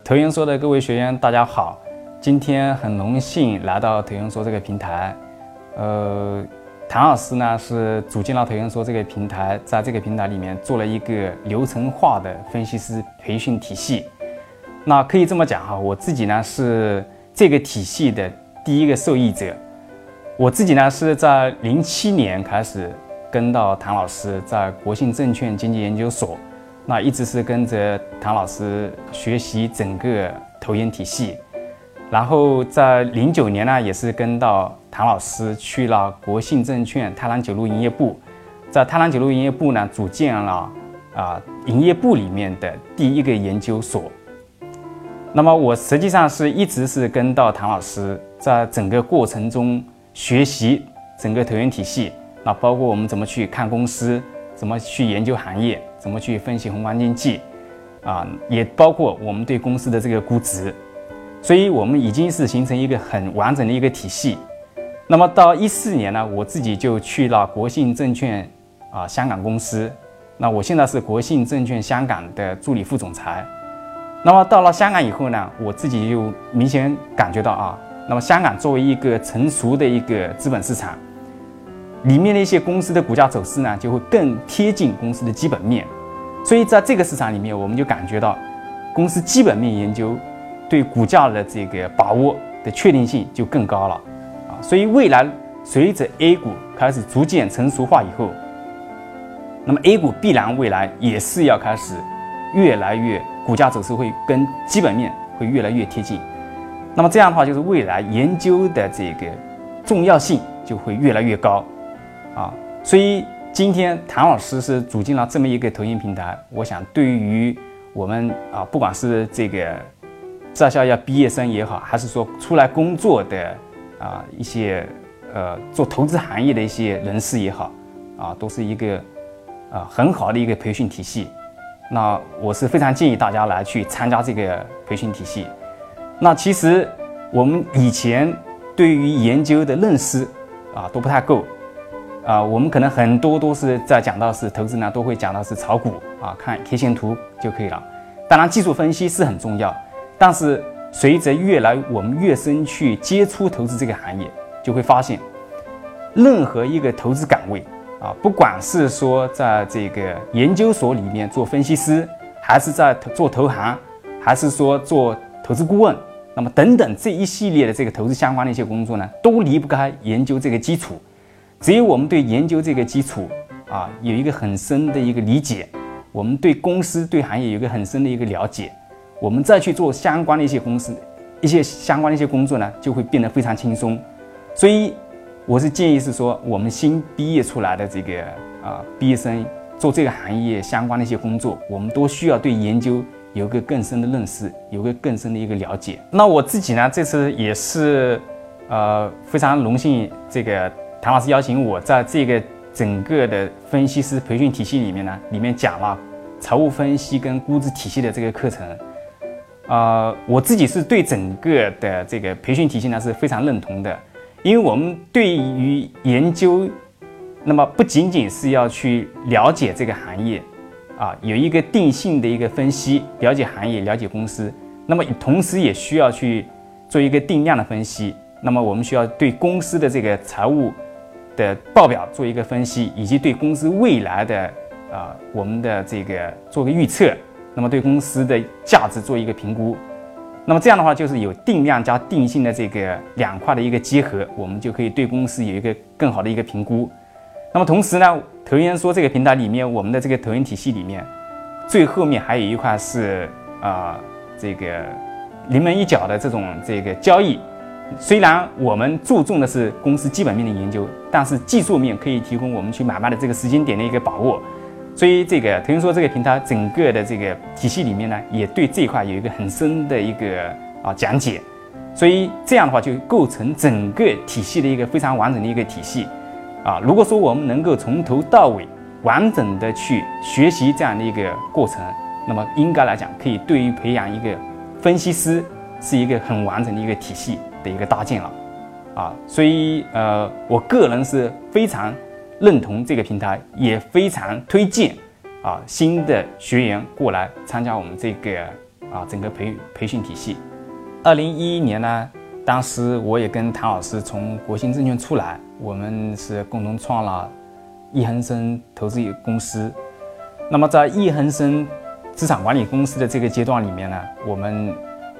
投研说的各位学员，大家好！今天很荣幸来到投研说这个平台。谭老师呢是组建了投研说这个平台，在这个平台里面做了一个流程化的分析师培训体系。那可以这么讲哈，我自己呢是这个体系的第一个受益者。我自己呢是在07年开始跟到谭老师在国信证券经济研究所。那一直是跟着谭老师学习整个投研体系，然后在09年呢，也是跟到谭老师去了国信证券泰兰九路营业部，在泰兰九路营业部呢，组建了营业部里面的第一个研究所。那么我实际上是一直是跟到谭老师，在整个过程中学习整个投研体系，那包括我们怎么去看公司，怎么去研究行业，怎么去分析宏观经济，也包括我们对公司的这个估值，所以我们已经是形成一个很完整的一个体系。那么到14年呢，我自己就去了国信证券香港公司，那我现在是国信证券香港的助理副总裁。那么到了香港以后呢，我自己就明显感觉到那么香港作为一个成熟的一个资本市场，里面的一些公司的股价走势呢，就会更贴近公司的基本面，所以在这个市场里面，我们就感觉到公司基本面研究对股价的这个把握的确定性就更高了所以未来随着 A 股开始逐渐成熟化以后，那么 A 股必然未来也是要开始越来越股价走势会跟基本面会越来越贴近，那么这样的话，就是未来研究的这个重要性就会越来越高。所以今天谭老师是组建了这么一个投研平台，我想对于我们不管是这个在校要毕业生也好，还是说出来工作的一些做投资行业的一些人士也好都是一个很好的一个培训体系。那我是非常建议大家来去参加这个培训体系。那其实我们以前对于研究的认识都不太够。我们可能很多都是在讲到是投资呢，都会讲到是炒股看 K 线图就可以了。当然，技术分析是很重要，但是随着我们越深去接触投资这个行业，就会发现，任何一个投资岗位不管是说在这个研究所里面做分析师，还是在做投行，还是说做投资顾问，那么等等这一系列的这个投资相关的一些工作呢，都离不开研究这个基础。只有我们对研究这个基础有一个很深的一个理解，我们对公司对行业有一个很深的一个了解，我们再去做相关的一些相关的一些工作呢，就会变得非常轻松。所以我是建议是说，我们新毕业出来的这个毕业生做这个行业相关的一些工作，我们都需要对研究有个更深的认识，有个更深的一个了解。那我自己呢，这次也是非常荣幸，这个谭老师邀请我在这个整个的分析师培训体系里面呢，里面讲了财务分析跟估值体系的这个课程。我自己是对整个的这个培训体系呢是非常认同的，因为我们对于研究，那么不仅仅是要去了解这个行业有一个定性的一个分析，了解行业，了解公司，那么同时也需要去做一个定量的分析。那么我们需要对公司的这个财务的报表做一个分析，以及对公司未来的我们的这个做个预测，那么对公司的价值做一个评估。那么这样的话，就是有定量加定性的这个两块的一个结合，我们就可以对公司有一个更好的一个评估。那么同时呢，投研说这个平台里面，我们的这个投研体系里面，最后面还有一块是这个临门一脚的这种这个交易。虽然我们注重的是公司基本面的研究，但是技术面可以提供我们去买卖的这个时间点的一个把握。所以这个投研说这个平台整个的这个体系里面呢，也对这一块有一个很深的一个讲解。所以这样的话就构成整个体系的一个非常完整的一个体系如果说我们能够从头到尾完整的去学习这样的一个过程，那么应该来讲，可以对于培养一个分析师是一个很完整的一个体系的一个搭建了所以我个人是非常认同这个平台，也非常推荐新的学员过来参加我们这个整个培训体系。2011年呢，当时我也跟谭老师从国信证券出来，我们是共同创了易恒生投资公司。那么在易恒生资产管理公司的这个阶段里面呢，我们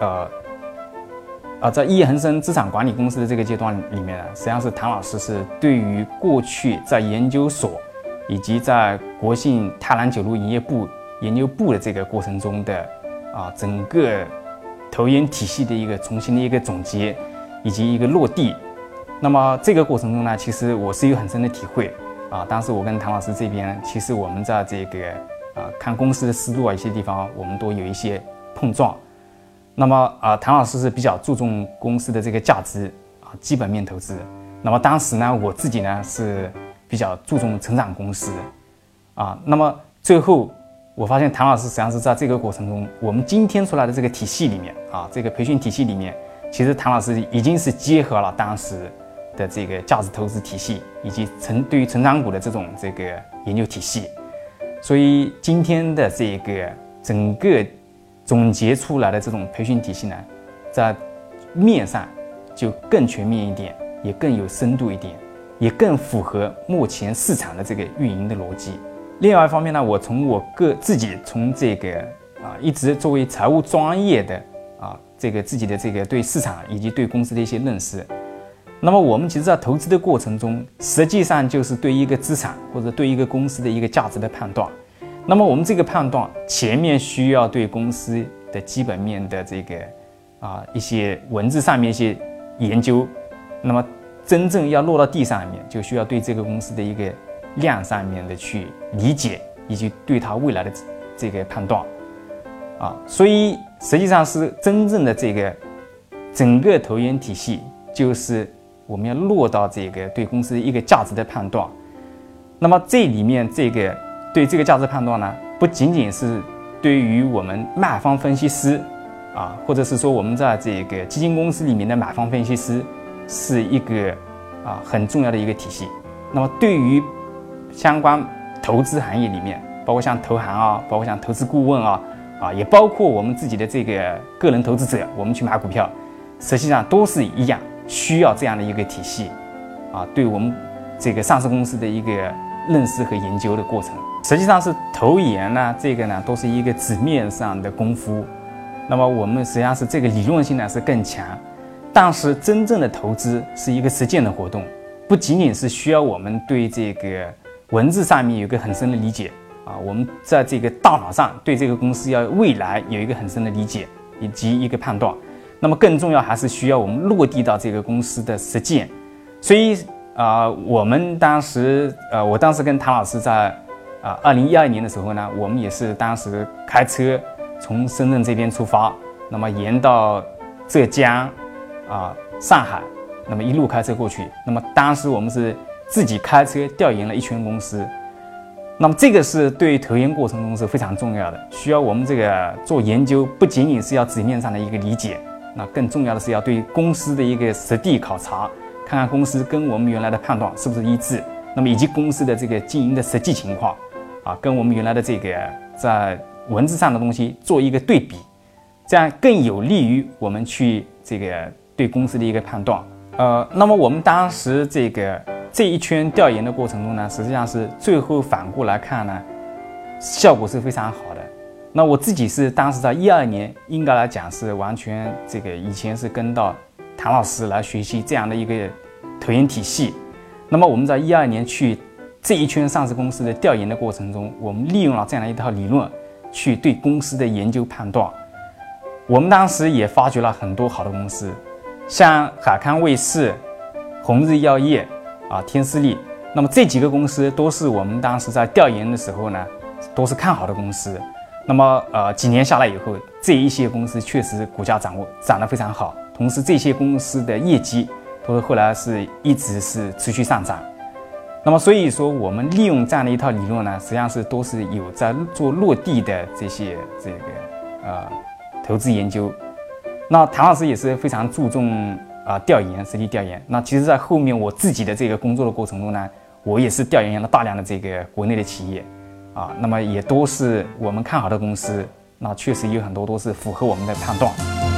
在易恒生资产管理公司的这个阶段里面呢，实际上是谭老师是对于过去在研究所以及在国信泰兰九路营业部研究部的这个过程中的整个投研体系的一个重新的一个总结以及一个落地。那么这个过程中呢，其实我是有很深的体会当时我跟谭老师这边，其实我们在这个看公司的思路一些地方，我们都有一些碰撞。那么谭老师是比较注重公司的这个价值基本面投资。那么当时呢，我自己呢是比较注重成长公司那么最后我发现谭老师实际上是在这个过程中，我们今天出来的这个体系里面这个培训体系里面，其实谭老师已经是结合了当时的这个价值投资体系以及对于成长股的这个研究体系。所以今天的这个整个总结出来的这种培训体系呢，在面上就更全面一点，也更有深度一点，也更符合目前市场的这个运营的逻辑。另外一方面呢，我从自己从这个一直作为财务专业的这个自己的这个对市场以及对公司的一些认识。那么我们其实在投资的过程中，实际上就是对一个资产或者对一个公司的一个价值的判断。那么我们这个判断前面需要对公司的基本面的这个一些文字上面一些研究，那么真正要落到地上面，就需要对这个公司的一个量上面的去理解，以及对它未来的这个判断所以实际上是真正的这个整个投研体系，就是我们要落到这个对公司一个价值的判断。那么这里面这个对这个价值判断呢，不仅仅是对于我们卖方分析师或者是说我们在这个基金公司里面的买方分析师是一个很重要的一个体系。那么对于相关投资行业里面，包括像投行包括像投资顾问也包括我们自己的这个个人投资者，我们去买股票，实际上都是一样，需要这样的一个体系对我们这个上市公司的一个认识和研究的过程。实际上是投研呢，这个呢都是一个纸面上的功夫。那么我们实际上是这个理论性呢是更强，但是真正的投资是一个实践的活动，不仅仅是需要我们对这个文字上面有一个很深的理解我们在这个大脑上对这个公司要未来有一个很深的理解以及一个判断。那么更重要还是需要我们落地到这个公司的实践。所以我当时跟谭老师在2012年的时候呢，我们也是当时开车从深圳这边出发，那么沿到浙江上海，那么一路开车过去。那么当时我们是自己开车调研了一圈公司。那么这个是对投研过程中是非常重要的，需要我们这个做研究，不仅仅是要纸面上的一个理解，那更重要的是要对公司的一个实地考察，看看公司跟我们原来的判断是不是一致，那么以及公司的这个经营的实际情况跟我们原来的这个在文字上的东西做一个对比，这样更有利于我们去这个对公司的一个判断。那么我们当时这一圈调研的过程中呢，实际上是最后反过来看呢，效果是非常好的。那我自己是当时在2012年，应该来讲是完全这个以前是跟到谭老师来学习这样的一个投研体系。那么我们在2012年去这一圈上市公司的调研的过程中，我们利用了这样的一套理论去对公司的研究判断。我们当时也发掘了很多好的公司，像海康卫视、红日药业天士力，那么这几个公司都是我们当时在调研的时候呢，都是看好的公司。那么几年下来以后，这一些公司确实股价涨得非常好，同时这些公司的业绩都是后来是一直是持续上涨。那么所以说我们利用这样的一套理论呢，实际上是都是有在做落地的这个投资研究。那谭老师也是非常注重调研，实地调研。那其实在后面我自己的这个工作的过程中呢，我也是调研了大量的这个国内的企业那么也都是我们看好的公司， 那确实有很多都是符合我们的判断。